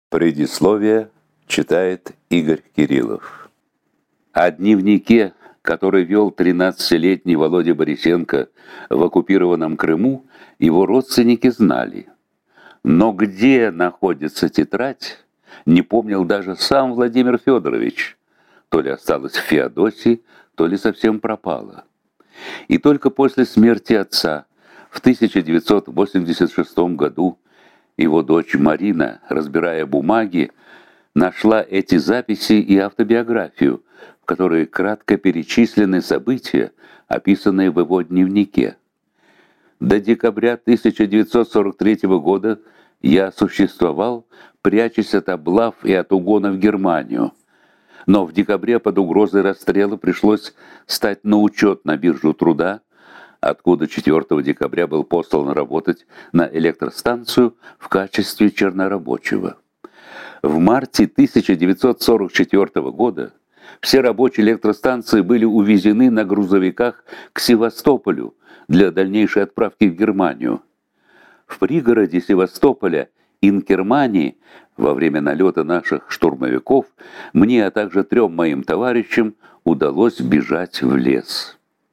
Предисловие читает Игорь Кириллов. О дневнике, который вел 13-летний Володя Борисенко в оккупированном Крыму, его родственники знали. Но где находится тетрадь, не помнил даже сам Владимир Федорович. То ли осталась в Феодосии, то ли совсем пропала. И только после смерти отца в 1986 году его дочь Марина, разбирая бумаги, нашла эти записи и автобиографию, в которой кратко перечислены события, описанные в его дневнике. До декабря 1943 года я существовал, прячась от облав и от угона в Германию. Но в декабре под угрозой расстрела пришлось стать на учет на биржу труда, откуда 4 декабря был послан работать на электростанцию в качестве чернорабочего. В марте 1944 года все рабочие электростанции были увезены на грузовиках к Севастополю для дальнейшей отправки в Германию. В пригороде Севастополя Инкермании во время налета наших штурмовиков мне, а также 3 моим товарищам удалось бежать в лес.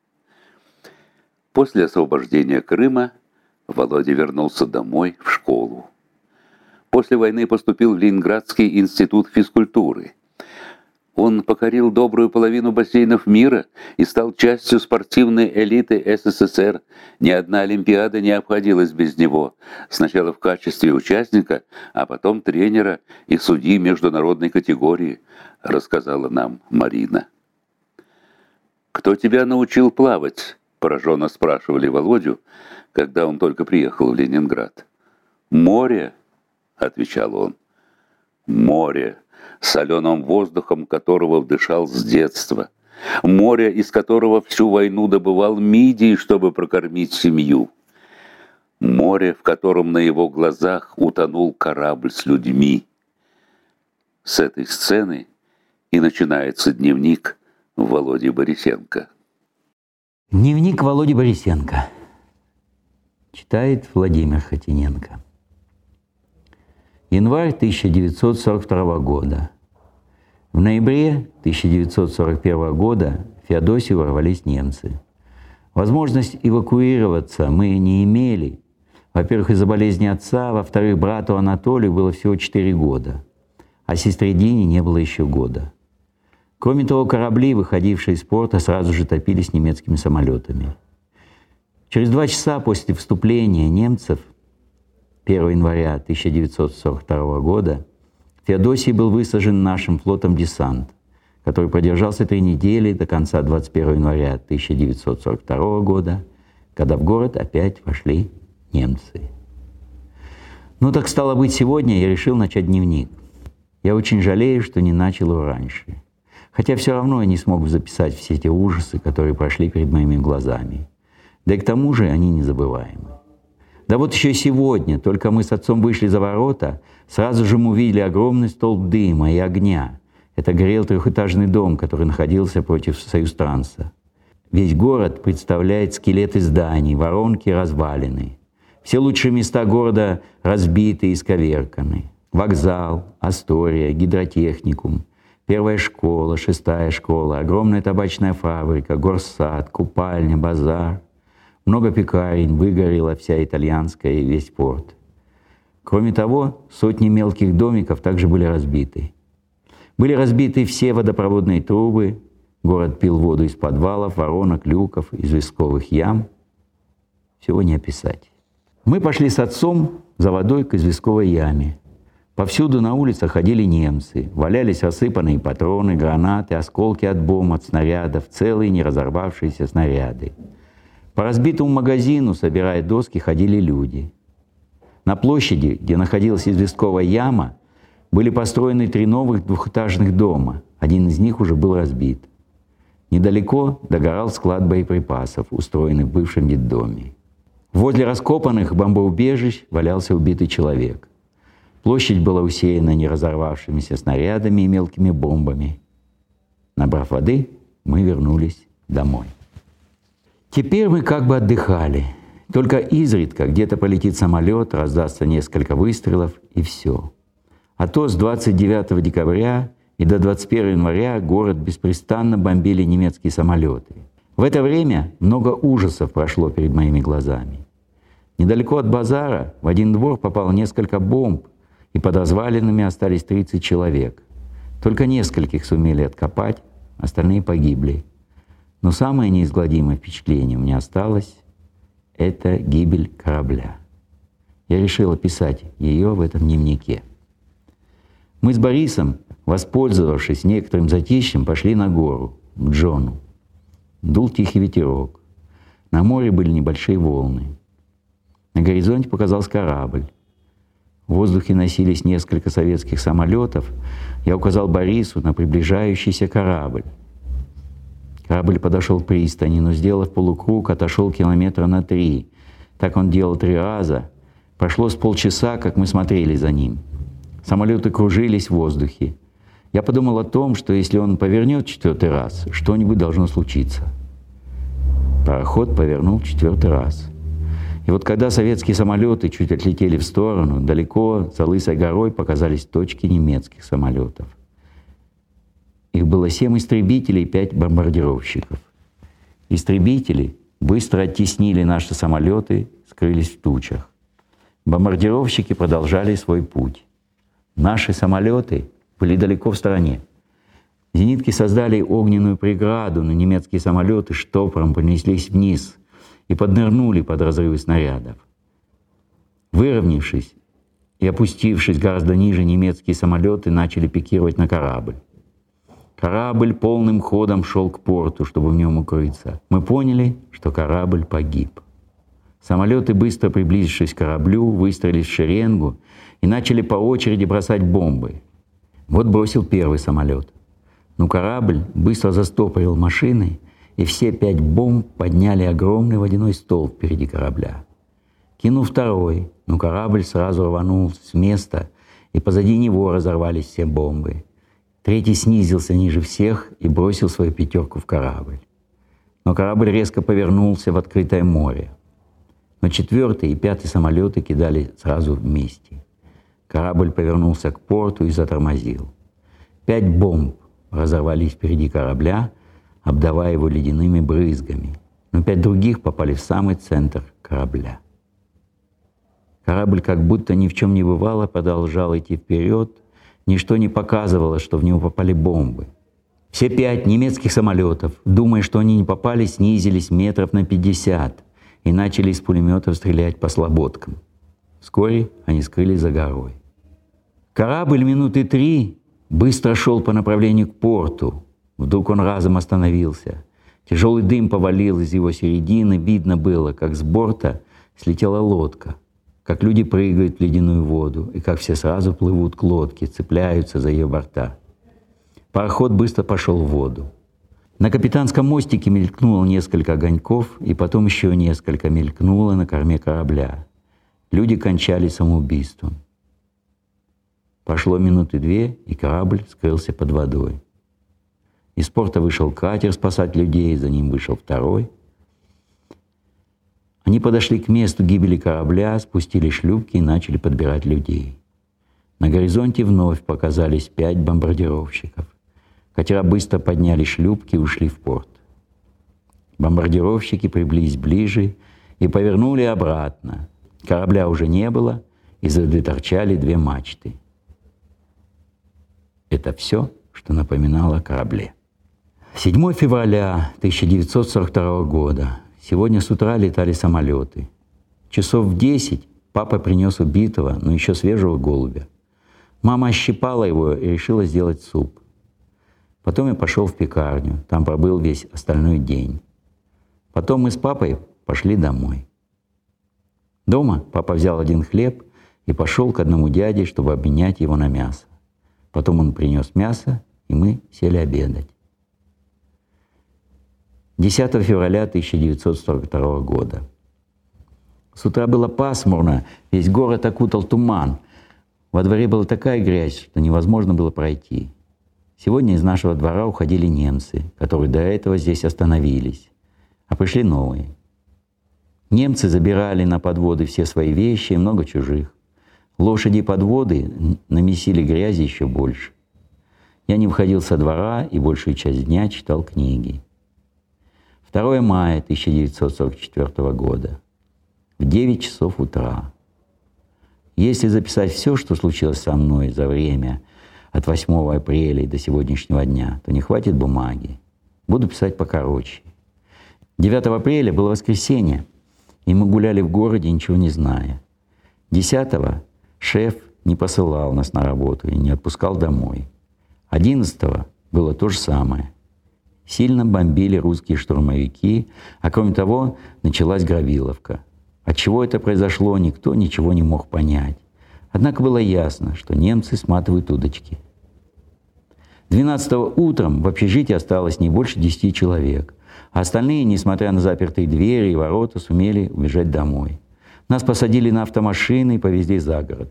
После освобождения Крыма Володя вернулся домой в школу. После войны поступил в Ленинградский институт физкультуры. Он покорил добрую половину бассейнов мира и стал частью спортивной элиты СССР. Ни одна олимпиада не обходилась без него. Сначала в качестве участника, а потом тренера и судьи международной категории, рассказала нам Марина. «Кто тебя научил плавать?» — пораженно спрашивали Володю, когда он только приехал в Ленинград. «Море», — отвечал он. «Море, соленым воздухом которого вдышал с детства. Море, из которого всю войну добывал мидии, чтобы прокормить семью. Море, в котором на его глазах утонул корабль с людьми». С этой сцены и начинается дневник Володи Борисенко. Дневник Володи Борисенко. Читает Владимир Хотиненко. Январь 1942 года. В ноябре 1941 года в Феодосию ворвались немцы. Возможность эвакуироваться мы не имели. Во-первых, из-за болезни отца, во-вторых, брату Анатолию было всего 4 года, а сестре Дине не было еще года. Кроме того, корабли, выходившие из порта, сразу же топились немецкими самолетами. Через 2 часа после вступления немцев, 1 января 1942 года, в Феодосии был высажен нашим флотом десант, который продержался 3 недели до конца 21 января 1942 года, когда в город опять вошли немцы. Ну так стало быть, сегодня я решил начать дневник. Я очень жалею, что не начал его раньше. Хотя все равно я не смог записать все те ужасы, которые прошли перед моими глазами. Да и к тому же они незабываемы. Да вот еще сегодня, только мы с отцом вышли за ворота, сразу же мы увидели огромный столб дыма и огня. Это горел 3-этажный дом, который находился против Союзтранса. Весь город представляет скелеты зданий, воронки, развалины. Все лучшие места города разбиты и исковерканы. Вокзал, Астория, гидротехникум, 1-я школа, 6-я школа, огромная табачная фабрика, горсад, купальня, базар. Много пекарен, выгорела вся итальянская и весь порт. Кроме того, сотни мелких домиков также были разбиты. Были разбиты все водопроводные трубы, город пил воду из подвалов, воронок, люков, известковых ям. Всего не описать. Мы пошли с отцом за водой к известковой яме. Повсюду на улицах ходили немцы, валялись рассыпанные патроны, гранаты, осколки от бомб, от снарядов, целые не разорвавшиеся снаряды. По разбитому магазину, собирая доски, ходили люди. На площади, где находилась известковая яма, были построены 3 новых 2-этажных дома. Один из них уже был разбит. Недалеко догорал склад боеприпасов, устроенный в бывшем детдоме. Возле раскопанных бомбоубежищ валялся убитый человек. Площадь была усеяна неразорвавшимися снарядами и мелкими бомбами. Набрав воды, мы вернулись домой. Теперь мы как бы отдыхали. Только изредка где-то полетит самолет, раздастся несколько выстрелов, и все. А то с 29 декабря и до 21 января город беспрестанно бомбили немецкие самолеты. В это время много ужасов прошло перед моими глазами. Недалеко от базара в один двор попало несколько бомб, и под развалинами остались 30 человек. Только нескольких сумели откопать, остальные погибли. Но самое неизгладимое впечатление у меня осталось — это гибель корабля. Я решил описать ее в этом дневнике. Мы с Борисом, воспользовавшись некоторым затишьем, пошли на гору, к Джону. Дул тихий ветерок. На море были небольшие волны. На горизонте показался корабль. В воздухе носились несколько советских самолетов. Я указал Борису на приближающийся корабль. Корабль подошел к пристани, но, сделав полукруг, отошел километра на 3. Так он делал 3 раза. Прошло с полчаса, как мы смотрели за ним. Самолеты кружились в воздухе. Я подумал о том, что если он повернет 4-й раз, что-нибудь должно случиться. Пароход повернул 4-й раз. И вот когда советские самолеты чуть отлетели в сторону, далеко за Лысой горой показались точки немецких самолетов. Их было 7 истребителей и 5 бомбардировщиков. Истребители быстро оттеснили наши самолеты, скрылись в тучах. Бомбардировщики продолжали свой путь. Наши самолеты были далеко в стороне. Зенитки создали огненную преграду, но немецкие самолеты штопором понеслись вниз и поднырнули под разрывы снарядов. Выровнявшись и опустившись гораздо ниже, немецкие самолеты начали пикировать на корабль. Корабль полным ходом шел к порту, чтобы в нем укрыться. Мы поняли, что корабль погиб. Самолеты, быстро приблизившись к кораблю, выстроились в шеренгу и начали по очереди бросать бомбы. Вот бросил первый самолет. Но корабль быстро застопорил машины, и все 5 бомб подняли огромный водяной столб впереди корабля. Кинул второй, но корабль сразу рванул с места, и позади него разорвались все бомбы. Третий снизился ниже всех и бросил свою 5 в корабль. Но корабль резко повернулся в открытое море. Но 4-й и 5-й самолеты кидали сразу вместе. Корабль повернулся к порту и затормозил. 5 бомб разорвались впереди корабля, обдавая его ледяными брызгами, но 5 других попали в самый центр корабля. Корабль, как будто ни в чем не бывало, продолжал идти вперед. Ничто не показывало, что в него попали бомбы. Все 5 немецких самолетов, думая, что они не попали, снизились метров на 50 и начали из пулеметов стрелять по слободкам. Вскоре они скрылись за горой. Корабль минуты 3 быстро шел по направлению к порту. Вдруг он разом остановился. Тяжелый дым повалил из его середины. Видно было, как с борта слетела лодка, как люди прыгают в ледяную воду, и как все сразу плывут к лодке, цепляются за ее борта. Пароход быстро пошел в воду. На капитанском мостике мелькнуло несколько огоньков, и потом еще несколько мелькнуло на корме корабля. Люди кончали самоубийством. Прошло минуты 2, и корабль скрылся под водой. Из порта вышел катер спасать людей, за ним вышел второй. Они подошли к месту гибели корабля, спустили шлюпки и начали подбирать людей. На горизонте вновь показались 5 бомбардировщиков. Катера быстро подняли шлюпки и ушли в порт. Бомбардировщики приблизились ближе и повернули обратно. Корабля уже не было, из воды торчали 2 мачты. Это все, что напоминало о корабле. 7 февраля 1942 года. Сегодня с утра летали самолеты. Часов в 10 папа принес убитого, но еще свежего голубя. Мама ощипала его и решила сделать суп. Потом я пошел в пекарню, там пробыл весь остальной день. Потом мы с папой пошли домой. Дома папа взял 1 хлеб и пошел к одному дяде, чтобы обменять его на мясо. Потом он принес мясо, и мы сели обедать. 10 февраля 1942 года. С утра было пасмурно, весь город окутал туман. Во дворе была такая грязь, что невозможно было пройти. Сегодня из нашего двора уходили немцы, которые до этого здесь остановились, а пришли новые. Немцы забирали на подводы все свои вещи и много чужих. Лошади и подводы намесили грязи еще больше. Я не выходил со двора и большую часть дня читал книги. 2 мая 1944 года. В 9 часов утра. Если записать все, что случилось со мной за время от 8 апреля до сегодняшнего дня, то не хватит бумаги. Буду писать покороче. 9 апреля было воскресенье, и мы гуляли в городе, ничего не зная. 10-го шеф не посылал нас на работу и не отпускал домой. 11-го было то же самое. Сильно бомбили русские штурмовики, а кроме того, началась Гавриловка. От чего это произошло, никто ничего не мог понять. Однако было ясно, что немцы сматывают удочки. 12-го утром в общежитии осталось не больше 10 человек, а остальные, несмотря на запертые двери и ворота, сумели убежать домой. Нас посадили на автомашины и повезли за город.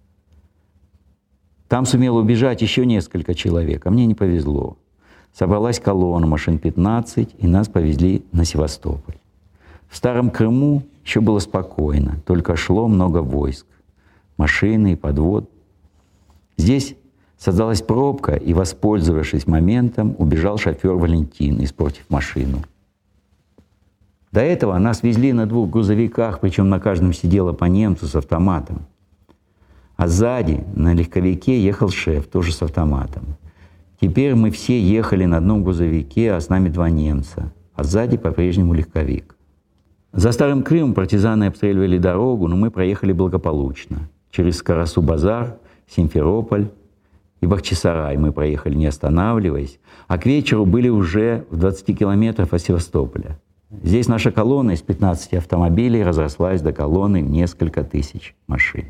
Там сумело убежать еще несколько человек, а мне не повезло. Собралась колонна машин 15, и нас повезли на Севастополь. В Старом Крыму еще было спокойно, только шло много войск, машины и подвод. Здесь создалась пробка, и, воспользовавшись моментом, убежал шофер Валентин, испортив машину. До этого нас везли на 2 грузовиках, причем на каждом сидело по немцу с автоматом. А сзади на легковике ехал шеф, тоже с автоматом. Теперь мы все ехали на одном грузовике, а с нами 2 немца, а сзади по-прежнему легковик. За Старым Крымом партизаны обстреливали дорогу, но мы проехали благополучно. Через Карасу-Базар, Симферополь и Бахчисарай мы проехали, не останавливаясь, а к вечеру были уже в 20 километрах от Севастополя. Здесь наша колонна из 15 автомобилей разрослась до колонны в несколько тысяч машин.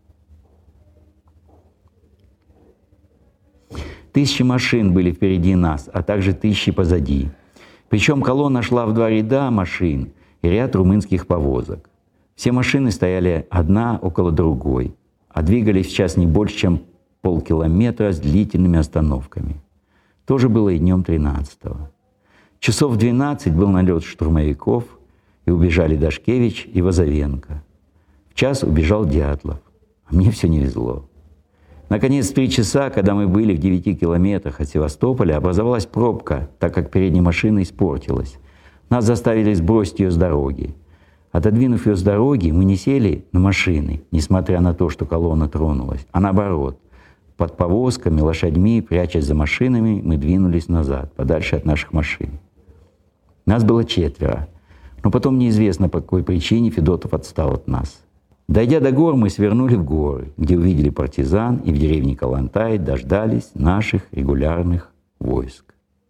1000 машин были впереди нас, а также 1000 позади. Причем колонна шла в 2 ряда машин и ряд румынских повозок. Все машины стояли одна около другой, а двигались в час не больше, чем полкилометра с длительными остановками. То же было и днем 13-го. Часов в 12 был налет штурмовиков, и убежали Дашкевич и Возовенко. В час убежал Дятлов, а мне все не везло. Наконец, в 3 часа, когда мы были в 9 километрах от Севастополя, образовалась пробка, так как передняя машина испортилась. Нас заставили сбросить ее с дороги. Отодвинув ее с дороги, мы не сели на машины, несмотря на то, что колонна тронулась, а наоборот. Под повозками, лошадьми, прячась за машинами, мы двинулись назад, подальше от наших машин. Нас было 4, но потом неизвестно, по какой причине Федотов отстал от нас. Дойдя до гор, мы свернули в горы, где увидели партизан, и в деревне Калантай дождались наших регулярных войск.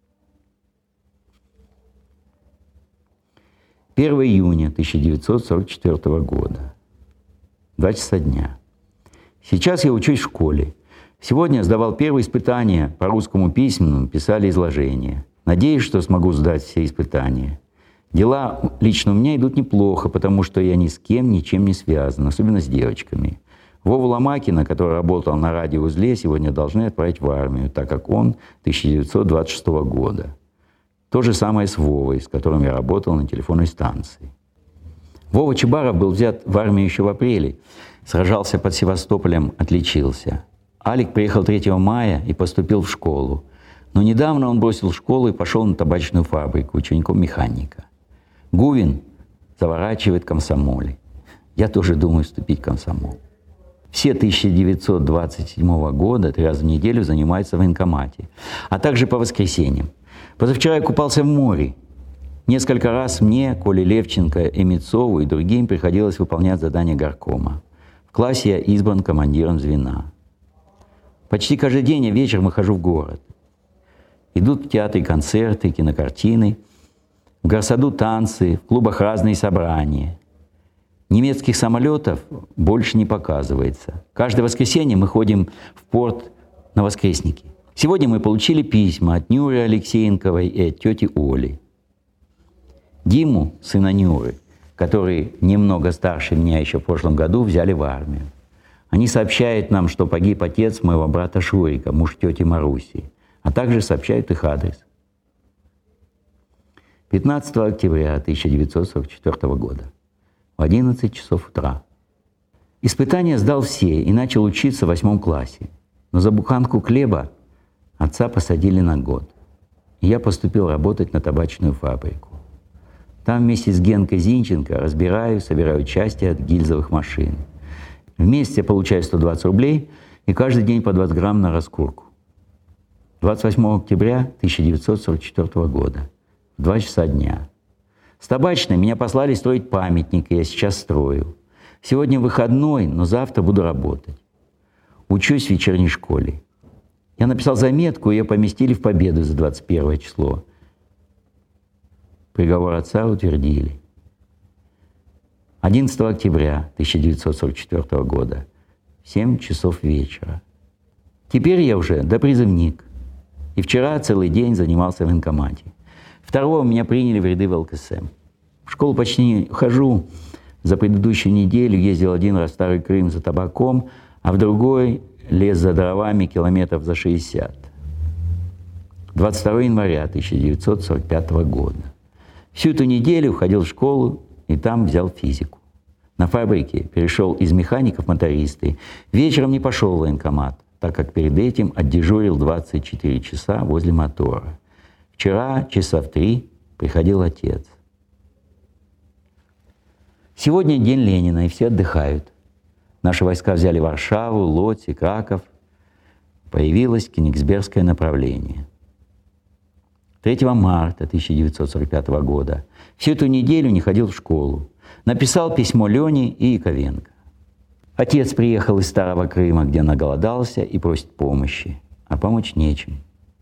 1 июня 1944 года. 2 часа дня. Сейчас я учусь в школе. Сегодня сдавал первые испытания по русскому письменному, писали изложения. Надеюсь, что смогу сдать все испытания. Дела лично у меня идут неплохо, потому что я ни с кем, ничем не связан, особенно с девочками. Вову Ломакина, который работал на радиоузле, сегодня должны отправить в армию, так как он 1926 года. То же самое с Вовой, с которым я работал на телефонной станции. Вова Чубаров был взят в армию еще в апреле, сражался под Севастополем, отличился. Алик приехал 3 мая и поступил в школу. Но недавно он бросил школу и пошел на табачную фабрику учеником механика. Гувин заворачивает в комсомоле. Я тоже думаю вступить в комсомол. Все 1927 года 3 раза в неделю занимаются в военкомате, а также по воскресеньям. Позавчера я купался в море. Несколько раз мне, Коле Левченко, Эмицову и другим приходилось выполнять задания горкома. В классе я избран командиром звена. Почти каждый день я вечером выхожу в город. Идут в театре концерты, кинокартины, в горсаду танцы, в клубах разные собрания. Немецких самолетов больше не показывается. Каждое воскресенье мы ходим в порт на воскресники. Сегодня мы получили письма от Нюры Алексеенковой и от тети Оли. Диму, сына Нюры, который немного старше меня еще в прошлом году, взяли в армию. Они сообщают нам, что погиб отец моего брата Шурика, муж тети Маруси, а также сообщают их адрес. 15 октября 1944 года, в 11 часов утра. Испытания сдал все и начал учиться в 8 классе. Но за буханку хлеба отца посадили на год. И я поступил работать на табачную фабрику. Там вместе с Генкой Зинченко разбираю, собираю части от гильзовых машин. В месяц я получаю 120 рублей и каждый день по 20 грамм на раскурку. 28 октября 1944 года, в 2 часа дня. С табачной меня послали строить памятник, и я сейчас строю. Сегодня выходной, но завтра буду работать. Учусь в вечерней школе. Я написал заметку, ее поместили в Победу за 21 число. Приговор отца утвердили. 11 октября 1944 года, в 7 часов вечера. Теперь я уже допризывник. И вчера целый день занимался в военкомате. 2-го меня приняли в ряды ВЛКСМ. В школу почти не хожу. За предыдущую неделю ездил 1 раз в Старый Крым за табаком, а в другой лез за дровами километров за 60. 22 января 1945 года. Всю эту неделю ходил в школу и там взял физику. На фабрике перешел из механиков в мотористы. Вечером не пошел в военкомат, так как перед этим отдежурил 24 часа возле мотора. Вчера часа в 3 приходил отец. Сегодня день Ленина, и все отдыхают. Наши войска взяли Варшаву, Лодзь и Краков. Появилось Кенигсбергское направление. 3 марта 1945 года. Всю эту неделю не ходил в школу. Написал письмо Лене и Яковенко. Отец приехал из Старого Крыма, где наголодался, и просит помощи. А помочь нечем.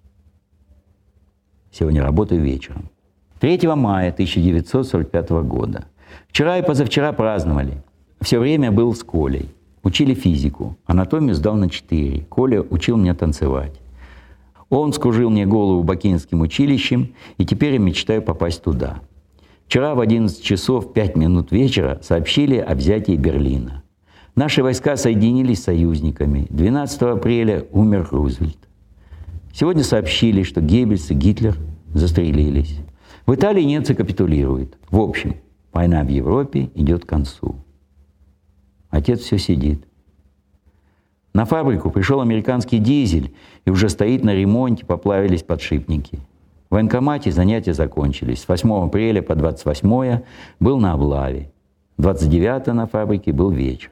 Сегодня работаю вечером. 3 мая 1945 года. Вчера и позавчера праздновали. Все время был с Колей. Учили физику. Анатомию сдал на 4. Коля учил меня танцевать. Он скружил мне голову Бакинским училищем, и теперь я мечтаю попасть туда. Вчера в 11 часов 5 минут вечера сообщили о взятии Берлина. Наши войска соединились с союзниками. 12 апреля умер Рузвельт. Сегодня сообщили, что Геббельс и Гитлер застрелились. В Италии немцы капитулируют. В общем, война в Европе идет к концу. Отец все сидит. На фабрику пришел американский дизель, и уже стоит на ремонте, поплавились подшипники. В военкомате занятия закончились. С 8 апреля по 28 был на облаве. 29 на фабрике был вечер.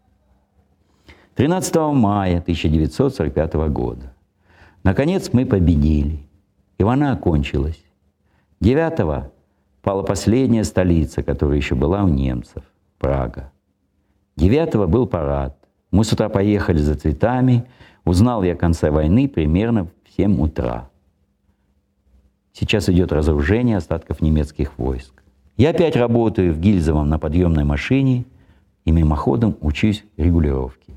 13 мая 1945 года. Наконец мы победили. И война окончилась. 9 пала последняя столица, которая еще была у немцев – Прага. 9 был парад. Мы с утра поехали за цветами. Узнал я о конце войны примерно в 7 утра. Сейчас идет разоружение остатков немецких войск. Я опять работаю в Гильзовом на подъемной машине и мимоходом учусь регулировке.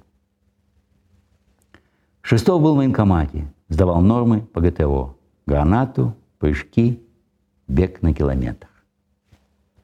6 был в военкомате, сдавал нормы по ГТО. Гранату, прыжки, бег на километр.